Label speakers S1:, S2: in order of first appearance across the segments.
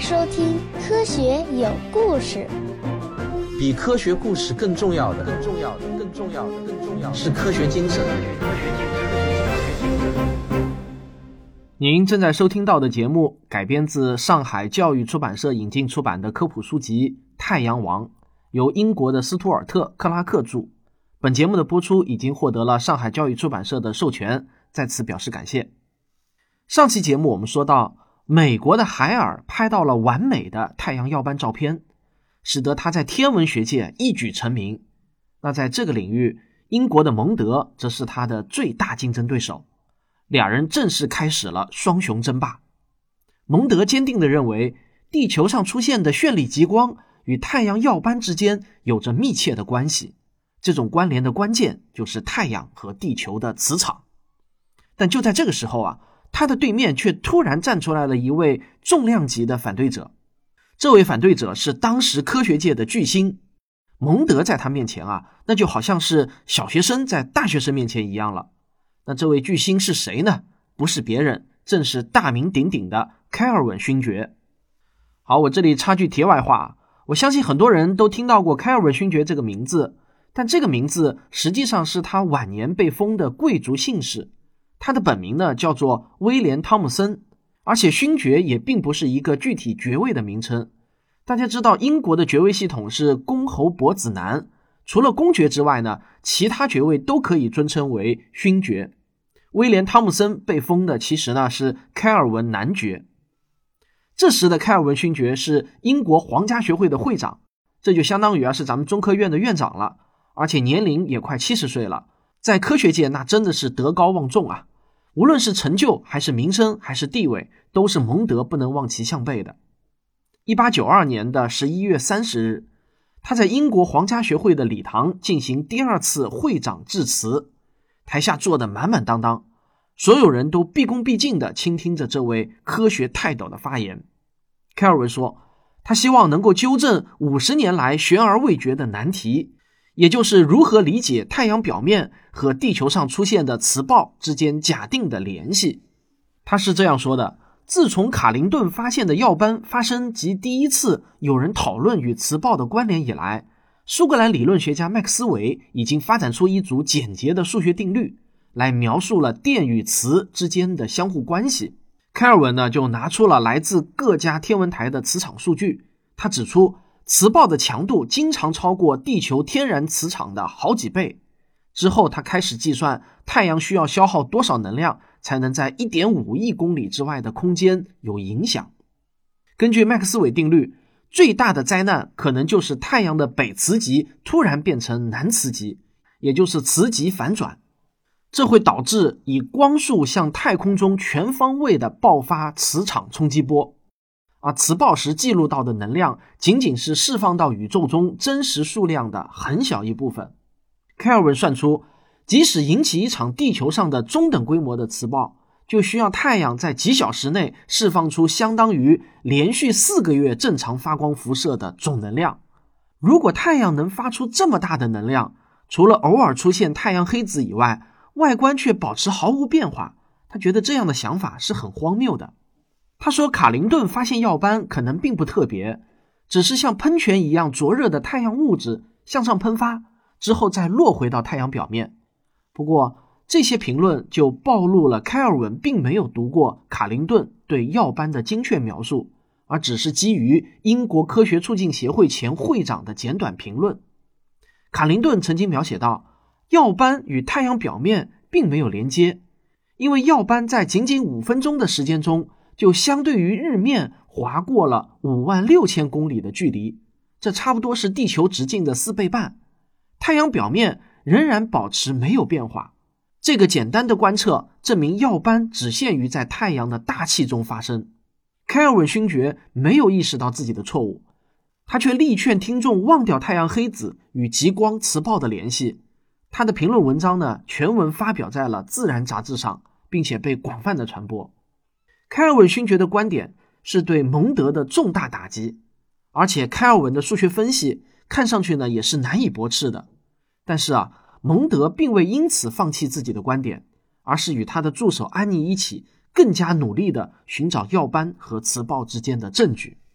S1: 收听科学有故事。
S2: 比科学故事更重要的是科学精神。
S3: 您正在收听到的节目改编自上海教育出版社引进出版的科普书籍《太阳王》，由英国的斯图尔特·克拉克著。本节目的播出已经获得了上海教育出版社的授权，在此表示感谢。上期节目我们说到，美国的海尔拍到了完美的太阳耀斑照片，使得他在天文学界一举成名。那在这个领域，英国的蒙德则是他的最大竞争对手，俩人正式开始了双雄争霸。蒙德坚定地认为，地球上出现的绚丽极光与太阳耀斑之间有着密切的关系，这种关联的关键就是太阳和地球的磁场。但就在这个时候啊，他的对面却突然站出来了一位重量级的反对者。这位反对者是当时科学界的巨星，蒙德在他面前啊，那就好像是小学生在大学生面前一样了。那这位巨星是谁呢？不是别人，正是大名鼎鼎的开尔文勋爵。好，我这里插句题外话，我相信很多人都听到过开尔文勋爵这个名字，但这个名字实际上是他晚年被封的贵族姓氏。他的本名呢叫做威廉·汤姆森，而且勋爵也并不是一个具体爵位的名称。大家知道英国的爵位系统是公侯伯子男，除了公爵之外呢，其他爵位都可以尊称为勋爵。威廉·汤姆森被封的其实呢是开尔文男爵。这时的开尔文勋爵是英国皇家学会的会长，这就相当于是咱们中科院的院长了，而且年龄也快70岁了。在科学界那真的是德高望重啊，无论是成就还是名声还是地位，都是蒙德不能望其项背的。1892年的11月30日，他在英国皇家学会的礼堂进行第二次会长致辞，台下坐得满满当当，所有人都毕恭毕敬地倾听着这位科学泰斗的发言。开尔文说，他希望能够纠正50年来悬而未决的难题，也就是如何理解太阳表面和地球上出现的磁暴之间假定的联系。他是这样说的，自从卡林顿发现的耀斑发生及第一次有人讨论与磁暴的关联以来，苏格兰理论学家麦克斯韦已经发展出一组简洁的数学定律，来描述了电与磁之间的相互关系。开尔文呢就拿出了来自各家天文台的磁场数据，他指出磁暴的强度经常超过地球天然磁场的好几倍。之后他开始计算太阳需要消耗多少能量才能在 1.5 亿公里之外的空间有影响。根据麦克斯韦定律，最大的灾难可能就是太阳的北磁极突然变成南磁极，也就是磁极反转。这会导致以光速向太空中全方位的爆发磁场冲击波，而磁暴时记录到的能量仅仅是释放到宇宙中真实数量的很小一部分。开尔文算出，即使引起一场地球上的中等规模的磁暴，就需要太阳在几小时内释放出相当于连续4个月正常发光辐射的总能量。如果太阳能发出这么大的能量，除了偶尔出现太阳黑子以外，外观却保持毫无变化，他觉得这样的想法是很荒谬的。他说卡林顿发现耀斑可能并不特别，只是像喷泉一样灼热的太阳物质向上喷发，之后再落回到太阳表面。不过这些评论就暴露了开尔文并没有读过卡林顿对耀斑的精确描述，而只是基于英国科学促进协会前会长的简短评论。卡林顿曾经描写到，耀斑与太阳表面并没有连接，因为耀斑在仅仅5分钟的时间中就相对于日面划过了56000公里的距离，这差不多是地球直径的4倍半。太阳表面仍然保持没有变化。这个简单的观测证明耀斑只限于在太阳的大气中发生。开尔文勋爵没有意识到自己的错误，他却力劝听众忘掉太阳黑子与极光磁暴的联系。他的评论文章呢，全文发表在了《自然》杂志上，并且被广泛的传播。开尔文勋爵的观点是对蒙德的重大打击，而且开尔文的数学分析看上去呢也是难以驳斥的。但是蒙德并未因此放弃自己的观点，而是与他的助手安妮一起更加努力地寻找耀斑和磁暴之间的证据。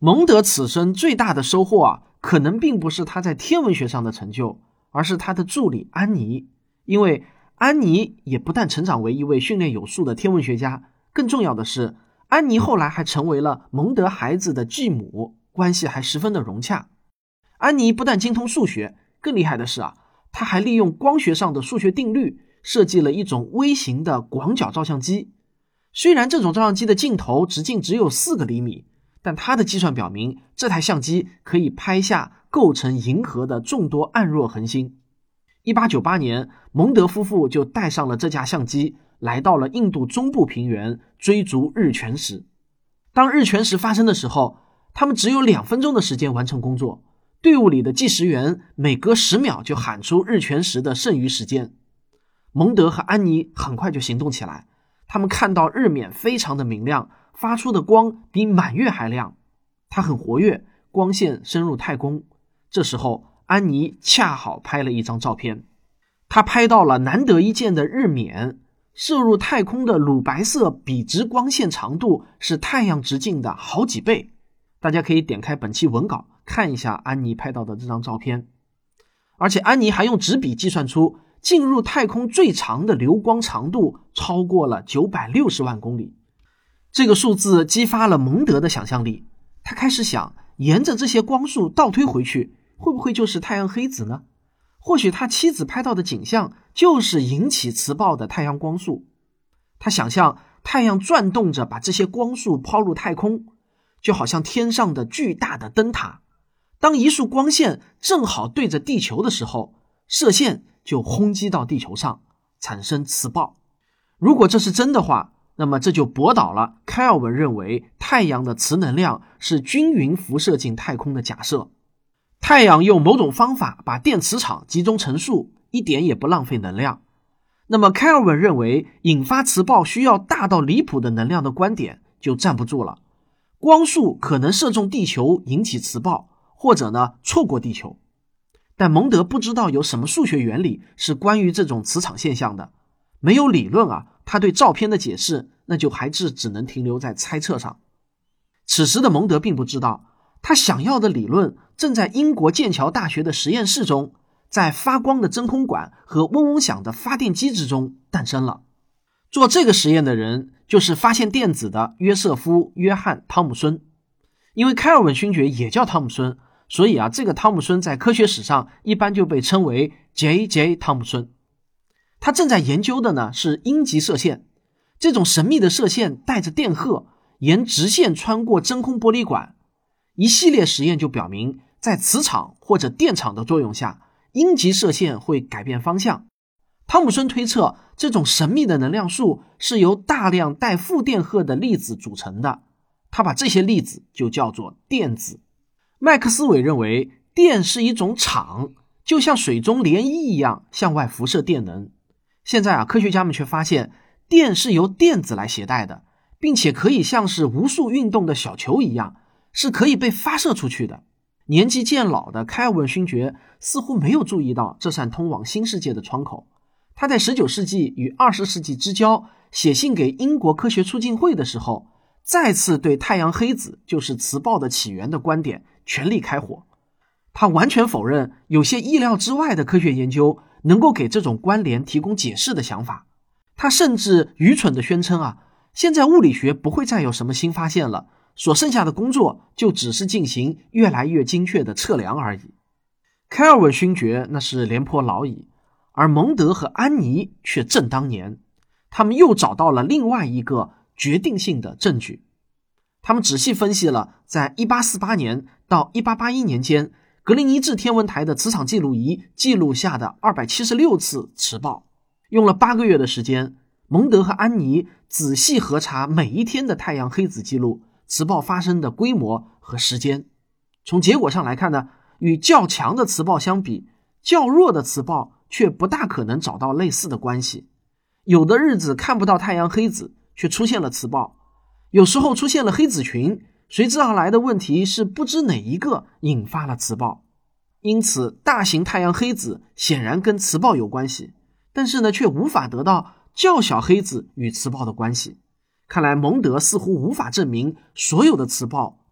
S3: 蒙德此生最大的收获可能并不是他在天文学上的成就，而是他的助理安妮。因为安妮也不但成长为一位训练有素的天文学家，更重要的是，安妮后来还成为了蒙德孩子的继母，关系还十分的融洽。安妮不但精通数学，更厉害的是她还利用光学上的数学定律，设计了一种微型的广角照相机。虽然这种照相机的镜头直径只有4个厘米，但她的计算表明，这台相机可以拍下构成银河的众多暗弱恒星。1898年，蒙德夫妇就带上了这架相机，来到了印度中部平原追逐日全食。当日全食发生的时候，他们只有2分钟的时间完成工作，队伍里的计时员每隔10秒就喊出日全食的剩余时间。蒙德和安妮很快就行动起来，他们看到日冕非常的明亮，发出的光比满月还亮，它很活跃，光线深入太空。这时候安妮恰好拍了一张照片，她拍到了难得一见的日冕，射入太空的乳白色笔直光线长度是太阳直径的好几倍。大家可以点开本期文稿看一下安妮拍到的这张照片。而且安妮还用纸笔计算出进入太空最长的流光长度超过了960万公里。这个数字激发了蒙德的想象力，他开始想，沿着这些光束倒推回去，会不会就是太阳黑子呢？或许他妻子拍到的景象就是引起磁暴的太阳光束。他想象太阳转动着把这些光束抛入太空，就好像天上的巨大的灯塔。当一束光线正好对着地球的时候，射线就轰击到地球上，产生磁暴。如果这是真的话，那么这就驳倒了开尔文认为太阳的磁能量是均匀辐射进太空的假设。太阳用某种方法把电磁场集中成束，一点也不浪费能量。那么开尔文认为引发磁暴需要大到离谱的能量的观点就站不住了。光束可能射中地球引起磁暴，或者呢错过地球。但蒙德不知道有什么数学原理是关于这种磁场现象的，没有理论他对照片的解释那就还是只能停留在猜测上。此时的蒙德并不知道，他想要的理论正在英国剑桥大学的实验室中，在发光的真空管和嗡嗡响的发电机之中诞生了。做这个实验的人就是发现电子的约瑟夫·约翰·汤姆孙。因为开尔文勋爵也叫汤姆孙，所以这个汤姆孙在科学史上一般就被称为 J.J. 汤姆孙。他正在研究的呢是阴极射线，这种神秘的射线带着电荷沿直线穿过真空玻璃管。一系列实验就表明，在磁场或者电场的作用下，阴极射线会改变方向。汤姆孙推测，这种神秘的能量束是由大量带负电荷的粒子组成的，他把这些粒子就叫做电子。麦克斯韦认为，电是一种场，就像水中涟漪一样向外辐射电能。现在科学家们却发现，电是由电子来携带的，并且可以像是无数运动的小球一样，是可以被发射出去的。年纪渐老的开尔文勋爵似乎没有注意到这扇通往新世界的窗口。他在19世纪与20世纪之交写信给英国科学促进会的时候，再次对太阳黑子就是磁暴的起源的观点全力开火。他完全否认有些意料之外的科学研究能够给这种关联提供解释的想法。他甚至愚蠢地宣称现在物理学不会再有什么新发现了，所剩下的工作就只是进行越来越精确的测量而已。开尔文勋爵那是廉颇老矣，而蒙德和安妮却正当年。他们又找到了另外一个决定性的证据。他们仔细分析了在1848年到1881年间格林尼治天文台的磁场记录仪记录下的276次磁暴。用了8个月的时间，蒙德和安妮仔细核查每一天的太阳黑子记录，磁暴发生的规模和时间。从结果上来看呢，与较强的磁暴相比，较弱的磁暴却不大可能找到类似的关系。有的日子看不到太阳黑子，却出现了磁暴；有时候出现了黑子群，随之而来的问题是不知哪一个引发了磁暴。因此，大型太阳黑子显然跟磁暴有关系，但是呢，却无法得到较小黑子与磁暴的关系。看来蒙德似乎无法证明所有的磁暴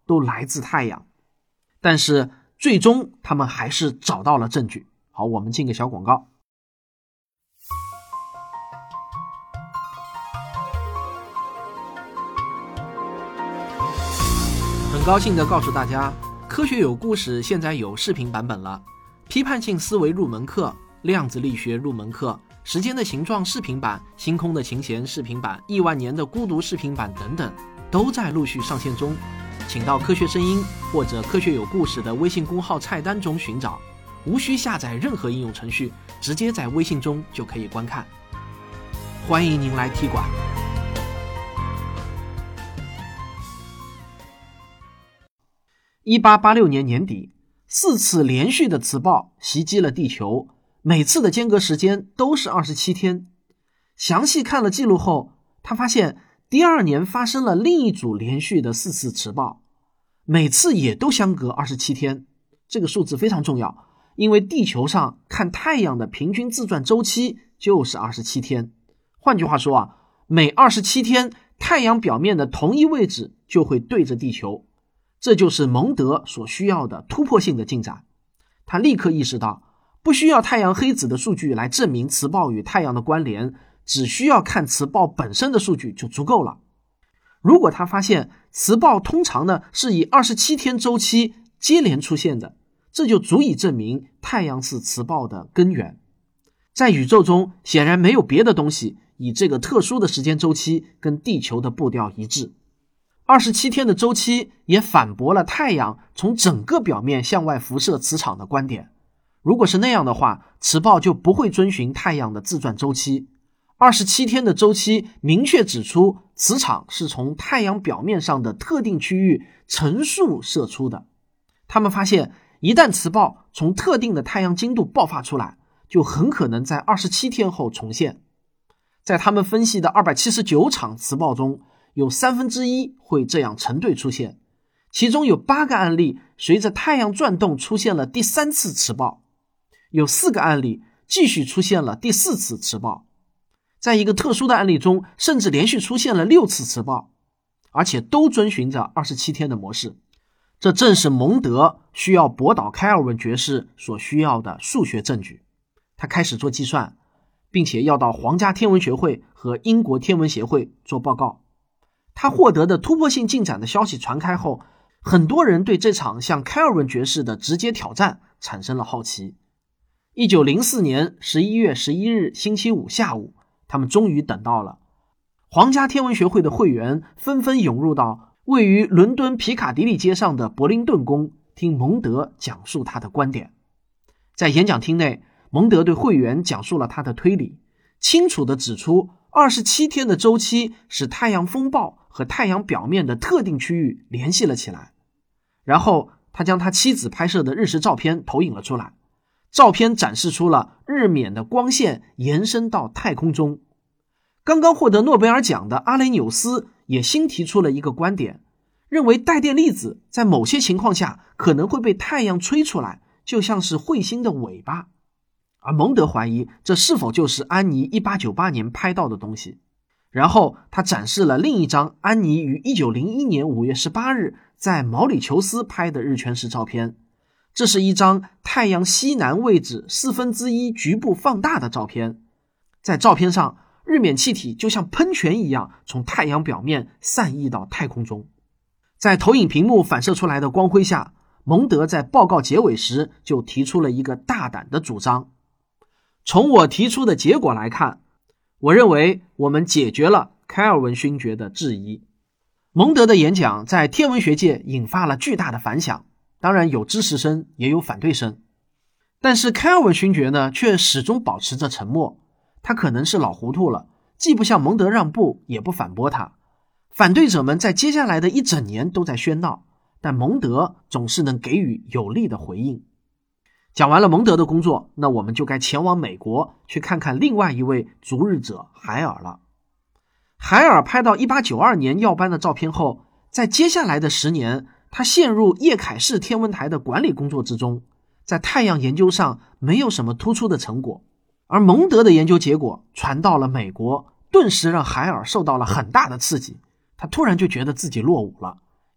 S3: 都来自太阳。但是最终他们还是找到了证据。好，我们进个小广告。很高兴地告诉大家，科学有故事现在有视频版本了，批判性思维入门课、量子力学入门课、时间的形状视频版、星空的琴弦视频版、亿万年的孤独视频版等等，都在陆续上线中。请到科学声音或者科学有故事的微信公号菜单中寻找，无需下载任何应用程序，直接在微信中就可以观看。欢迎您来踢馆。1886年年底，4次连续的磁暴袭击了地球，每次的间隔时间都是27天。详细看了记录后，他发现第二年发生了另一组连续的4次磁暴，每次也都相隔27天。这个数字非常重要，因为地球上看太阳的平均自转周期就是27天。换句话说每27天太阳表面的同一位置就会对着地球。这就是蒙德所需要的突破性的进展。他立刻意识到，不需要太阳黑子的数据来证明磁暴与太阳的关联，只需要看磁暴本身的数据就足够了。如果他发现磁暴通常呢是以27天周期接连出现的，这就足以证明太阳是磁暴的根源。在宇宙中显然没有别的东西以这个特殊的时间周期跟地球的步调一致。27天的周期也反驳了太阳从整个表面向外辐射磁场的观点。如果是那样的话，磁暴就不会遵循太阳的自转周期。27天的周期明确指出，磁场是从太阳表面上的特定区域乘数射出的。他们发现，一旦磁暴从特定的太阳经度爆发出来，就很可能在27天后重现。在他们分析的279场磁暴中，有1/3会这样成对出现，其中有8个案例随着太阳转动出现了第3次磁暴，有4个案例继续出现了第4次磁暴，在一个特殊的案例中甚至连续出现了6次磁暴，而且都遵循着27天的模式。这正是蒙德需要驳倒开尔文爵士所需要的数学证据。他开始做计算，并且要到皇家天文学会和英国天文协会做报告。他获得的突破性进展的消息传开后，很多人对这场向开尔文爵士的直接挑战产生了好奇。1904年11月11日星期五下午，他们终于等到了。皇家天文学会的会员纷纷涌入到位于伦敦皮卡迪利街上的伯林顿宫，听蒙德讲述他的观点。在演讲厅内，蒙德对会员讲述了他的推理，清楚地指出27天的周期使太阳风暴和太阳表面的特定区域联系了起来。然后他将他妻子拍摄的日食照片投影了出来，照片展示出了日冕的光线延伸到太空中。刚刚获得诺贝尔奖的阿雷纽斯也新提出了一个观点，认为带电粒子在某些情况下可能会被太阳吹出来，就像是彗星的尾巴。而蒙德怀疑这是否就是安妮1898年拍到的东西。然后他展示了另一张安妮于1901年5月18日在毛里求斯拍的日全食照片。这是一张太阳西南位置1/4局部放大的照片。在照片上，日冕气体就像喷泉一样从太阳表面散溢到太空中。在投影屏幕反射出来的光辉下，蒙德在报告结尾时就提出了一个大胆的主张。从我提出的结果来看，我认为我们解决了开尔文勋爵的质疑。蒙德的演讲在天文学界引发了巨大的反响，当然有支持声也有反对声。但是开尔文勋爵呢，却始终保持着沉默。他可能是老糊涂了，既不向蒙德让步，也不反驳他。反对者们在接下来的一整年都在喧闹，但蒙德总是能给予有力的回应。讲完了蒙德的工作，那我们就该前往美国去看看另外一位逐日者海尔了。海尔拍到1892年耀斑的照片后，在接下来的10年，他陷入叶凯士天文台的管理工作之中，在太阳研究上没有什么突出的成果。而蒙德的研究结果传到了美国，顿时让海尔受到了很大的刺激。他突然就觉得自己落伍了，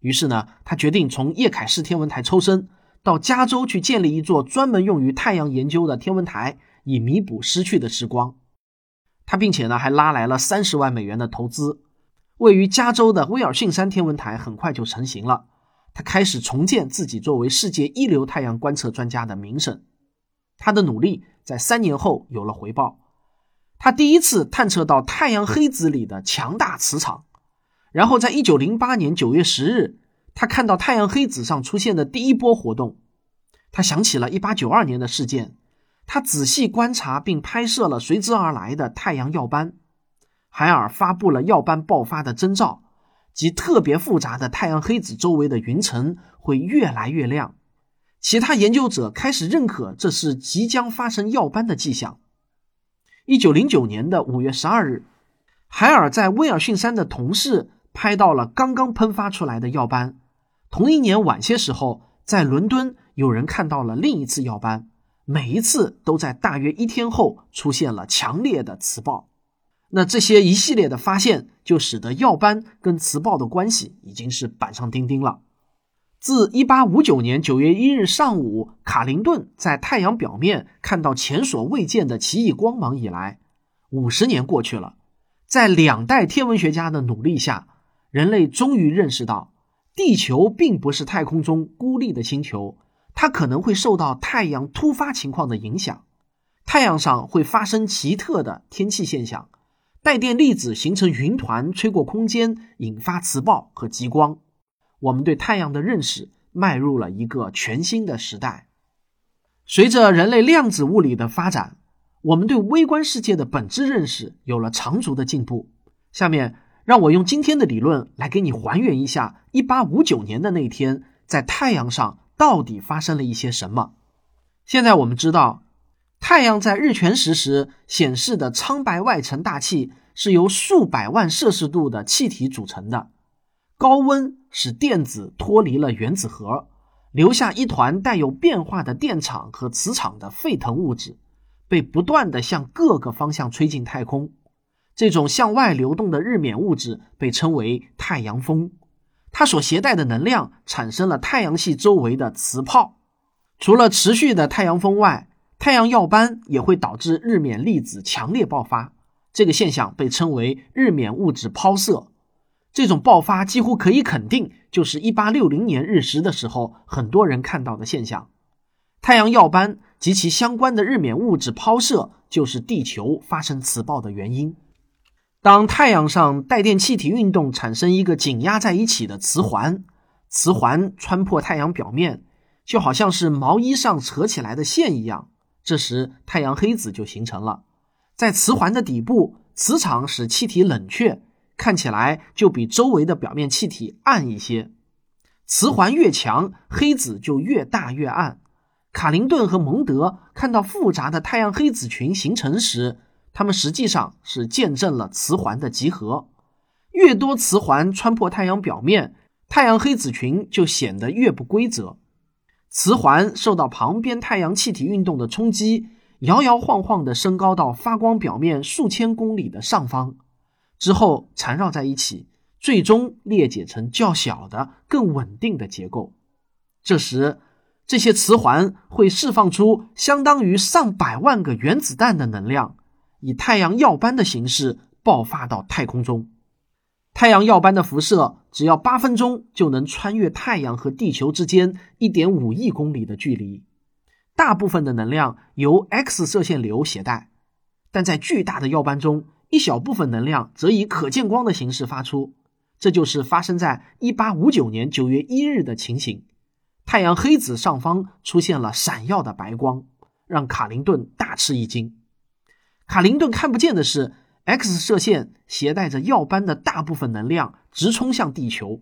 S3: 于是呢，他决定从叶凯士天文台抽身，到加州去建立一座专门用于太阳研究的天文台，以弥补失去的时光。他并且呢，还拉来了30万美元的投资。位于加州的威尔逊山天文台很快就成型了，他开始重建自己作为世界一流太阳观测专家的名声。他的努力在3年后有了回报，他第一次探测到太阳黑子里的强大磁场，然后在1908年9月10日，他看到太阳黑子上出现的第一波活动。他想起了1892年的事件，他仔细观察并拍摄了随之而来的太阳耀斑。海尔发布了耀斑爆发的征兆，即特别复杂的太阳黑子周围的云层会越来越亮。其他研究者开始认可这是即将发生耀斑的迹象。1909年的5月12日，海尔在威尔逊山的同事拍到了刚刚喷发出来的耀斑。同一年晚些时候，在伦敦有人看到了另一次耀斑，每一次都在大约1天后出现了强烈的磁暴。那这些一系列的发现就使得耀斑跟磁暴的关系已经是板上钉钉了。自1859年9月1日上午，卡林顿在太阳表面看到前所未见的奇异光芒以来，50年过去了。在2代天文学家的努力下，人类终于认识到，地球并不是太空中孤立的星球，它可能会受到太阳突发情况的影响。太阳上会发生奇特的天气现象，带电粒子形成云团吹过空间，引发磁暴和极光。我们对太阳的认识迈入了一个全新的时代。随着人类量子物理的发展，我们对微观世界的本质认识有了长足的进步。下面让我用今天的理论来给你还原一下1859年的那天，在太阳上到底发生了一些什么。现在我们知道，太阳在日全食时显示的苍白外层大气是由数百万摄氏度的气体组成的。高温使电子脱离了原子核，留下一团带有变化的电场和磁场的沸腾物质，被不断地向各个方向吹进太空。这种向外流动的日冕物质被称为太阳风，它所携带的能量产生了太阳系周围的磁泡。除了持续的太阳风外，太阳耀斑也会导致日冕粒子强烈爆发，这个现象被称为日冕物质抛射。这种爆发几乎可以肯定就是1860年日食的时候很多人看到的现象。太阳耀斑及其相关的日冕物质抛射就是地球发生磁暴的原因。当太阳上带电气体运动产生一个紧压在一起的磁环，磁环穿破太阳表面，就好像是毛衣上扯起来的线一样，这时太阳黑子就形成了。在磁环的底部，磁场使气体冷却，看起来就比周围的表面气体暗一些。磁环越强，黑子就越大越暗。卡林顿和蒙德看到复杂的太阳黑子群形成时，他们实际上是见证了磁环的集合。越多磁环穿破太阳表面，太阳黑子群就显得越不规则。磁环受到旁边太阳气体运动的冲击，摇摇晃晃地升高到发光表面数千公里的上方，之后缠绕在一起，最终裂解成较小的更稳定的结构。这时这些磁环会释放出相当于上百万个原子弹的能量，以太阳耀斑的形式爆发到太空中。太阳耀斑的辐射只要8分钟就能穿越太阳和地球之间 1.5 亿公里的距离。大部分的能量由 X 射线流携带，但在巨大的耀斑中，一小部分能量则以可见光的形式发出。这就是发生在1859年9月1日的情形。太阳黑子上方出现了闪耀的白光，让卡林顿大吃一惊。卡林顿看不见的是， X 射线携带着耀斑的大部分能量直冲向地球。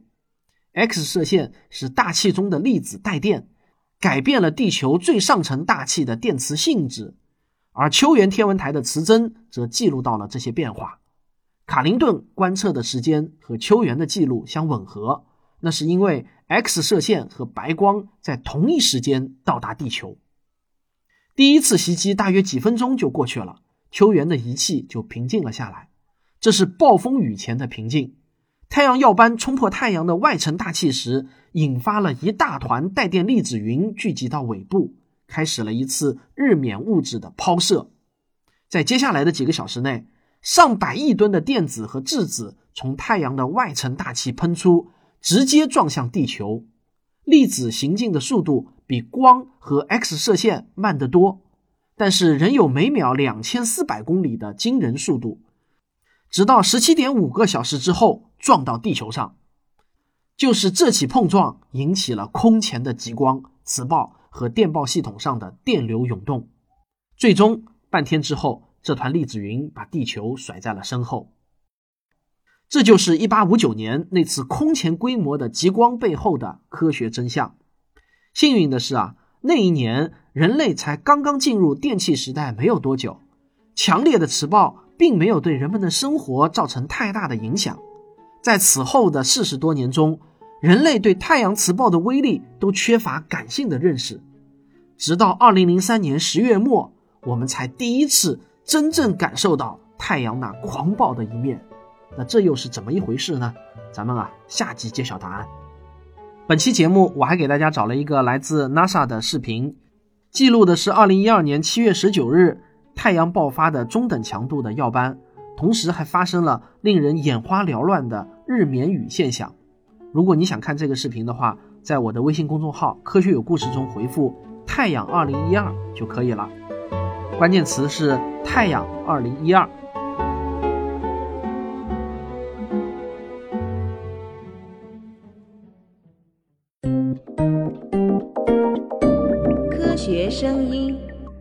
S3: X 射线使大气中的粒子带电，改变了地球最上层大气的电磁性质，而秋原天文台的磁针则记录到了这些变化。卡林顿观测的时间和秋原的记录相吻合，那是因为 X 射线和白光在同一时间到达地球。第一次袭击大约几分钟就过去了，秋原的仪器就平静了下来。这是暴风雨前的平静。 太阳耀斑冲破太阳的外层大气时，引发了一大团带电粒子云聚集到尾部，开始了一次日冕物质的抛射。在接下来的几个小时内，上百亿吨的电子和质子从太阳的外层大气喷出，直接撞向地球。粒子行进的速度比光和 X 射线慢得多，但是仍有每秒2400公里的惊人速度，直到 17.5 个小时之后撞到地球上。就是这起碰撞引起了空前的极光、磁暴和电报系统上的电流涌动，最终半天之后，这团粒子云把地球甩在了身后。这就是1859年那次空前规模的极光背后的科学真相。幸运的是那一年人类才刚刚进入电气时代没有多久，强烈的磁暴并没有对人们的生活造成太大的影响。在此后的40多年中，人类对太阳磁暴的威力都缺乏感性的认识，直到2003年10月末，我们才第一次真正感受到太阳那狂暴的一面。那这又是怎么一回事呢？咱们下集揭晓答案。本期节目我还给大家找了一个来自 NASA 的视频，记录的是2012年7月19日太阳爆发的中等强度的耀斑，同时还发生了令人眼花缭乱的日冕雨现象。如果你想看这个视频的话，在我的微信公众号科学有故事中回复太阳2012就可以了，关键词是太阳2012。
S4: 科学声音。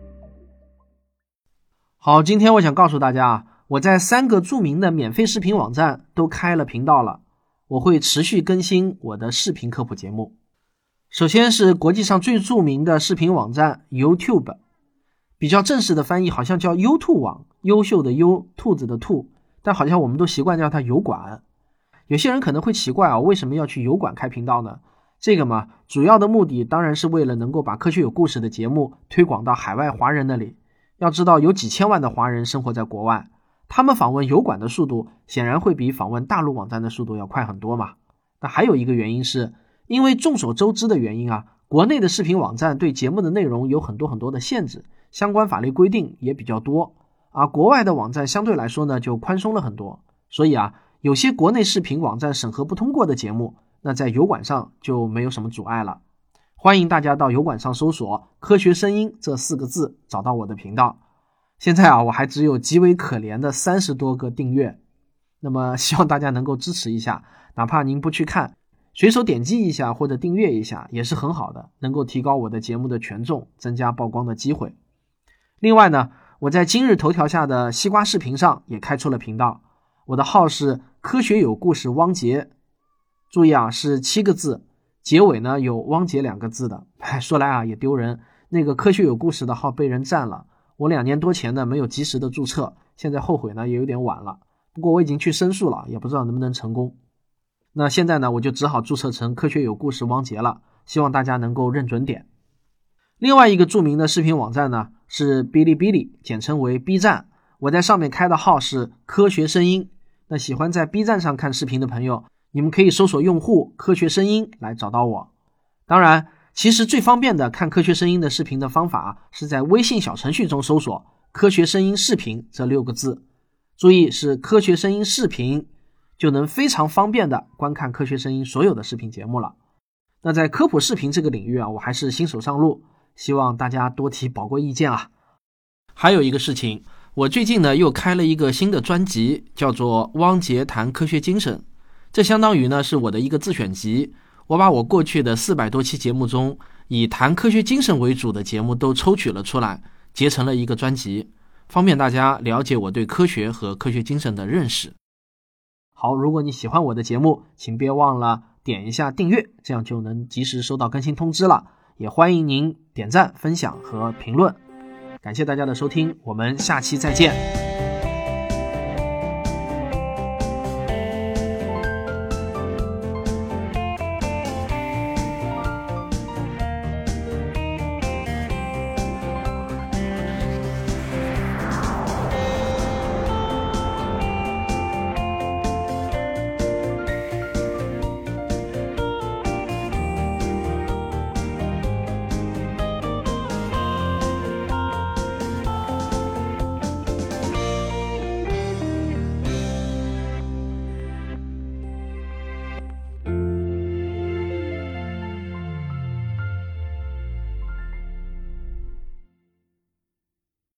S3: 好，今天我想告诉大家我在3个著名的免费视频网站都开了频道了，我会持续更新我的视频科普节目。首先是国际上最著名的视频网站 YouTube， 比较正式的翻译好像叫优兔网，优秀的优，兔子的兔，但好像我们都习惯叫它油管。有些人可能会奇怪为什么要去油管开频道呢？这个嘛，主要的目的当然是为了能够把科学有故事的节目推广到海外华人那里。要知道有几千万的华人生活在国外，他们访问油管的速度显然会比访问大陆网站的速度要快很多嘛。那还有一个原因是，因为众所周知的原因国内的视频网站对节目的内容有很多的限制，相关法律规定也比较多，国外的网站相对来说呢就宽松了很多。所以有些国内视频网站审核不通过的节目，那在油管上就没有什么阻碍了。欢迎大家到油管上搜索科学声音这4个字，找到我的频道。现在我还只有极为可怜的30多个订阅，那么希望大家能够支持一下，哪怕您不去看，随手点击一下或者订阅一下也是很好的，能够提高我的节目的权重，增加曝光的机会。另外呢，我在今日头条下的西瓜视频上也开出了频道，我的号是科学有故事汪杰，注意是7个字，结尾呢有汪杰2个字的。说来也丢人，那个科学有故事的号被人占了，我2年多前呢没有及时的注册，现在后悔呢也有点晚了，不过我已经去申诉了，也不知道能不能成功。那现在呢我就只好注册成科学有故事汪杰了，希望大家能够认准点。另外一个著名的视频网站呢是哔哩哔哩，简称为 B 站，我在上面开的号是科学声音。那喜欢在 B 站上看视频的朋友，你们可以搜索用户科学声音来找到我。当然其实最方便的看科学声音的视频的方法是在微信小程序中搜索科学声音视频这6个字，注意是科学声音视频，就能非常方便的观看科学声音所有的视频节目了。那在科普视频这个领域我还是新手上路，希望大家多提宝贵意见还有一个事情，我最近呢又开了一个新的专辑，叫做汪杰谈科学精神。这相当于呢是我的一个自选集，我把我过去的400多期节目中以谈科学精神为主的节目都抽取了出来，结成了一个专辑，方便大家了解我对科学和科学精神的认识。好，如果你喜欢我的节目，请别忘了点一下订阅，这样就能及时收到更新通知了。也欢迎您点赞、分享和评论。感谢大家的收听，我们下期再见。